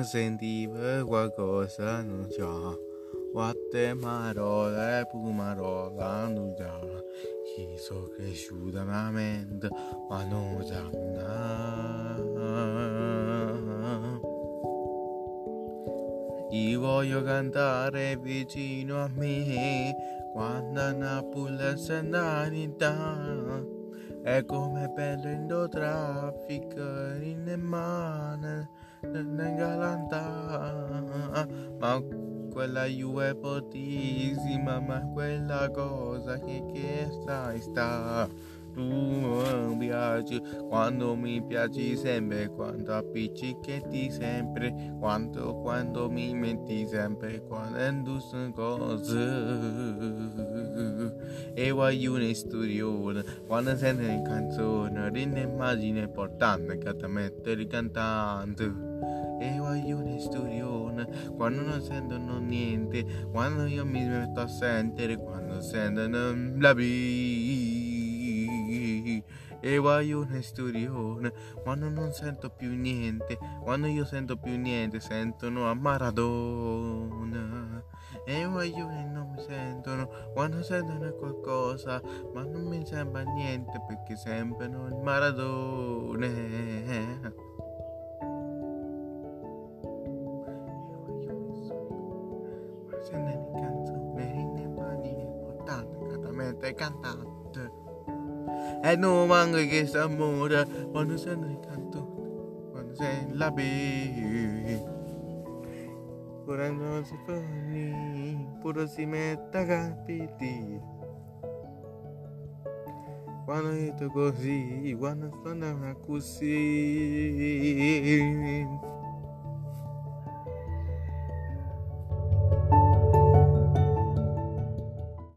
sentiva qualcosa non so, quante parole, pumarola, non già, chi so cresciuta la mente, ma non sa Io voglio cantare vicino a me, quando Napoli se n'anità. E come bello in do traffico, in mano, in galantà. Ma quella è potissima, ma quella cosa che sta. Tu mi piaci, quando mi piaci sempre, quando appiccichetti sempre, quando mi metti sempre, quando sono cose. E voglio in studio, quando sento le canzoni, l'immagine portante che ti mette il cantante. E voglio in studio, quando non sentono niente, quando io mi metto a sentire, quando sentono la vita. E voglio in studio, quando non sento più niente, quando io sento più niente, sentono a Maradona. E voglio e non mi sentono, quando sentono qualcosa, ma non mi sembra niente perché sembrano il Maradona. Senti le canzoni, le immagini importanti, catamente cantante. E non manca che s'amore, quando sento le canzoni, quando sei la baby. Ora non si fa niente, pure si mette a capiti. Quando io sto così, quando sto andando così.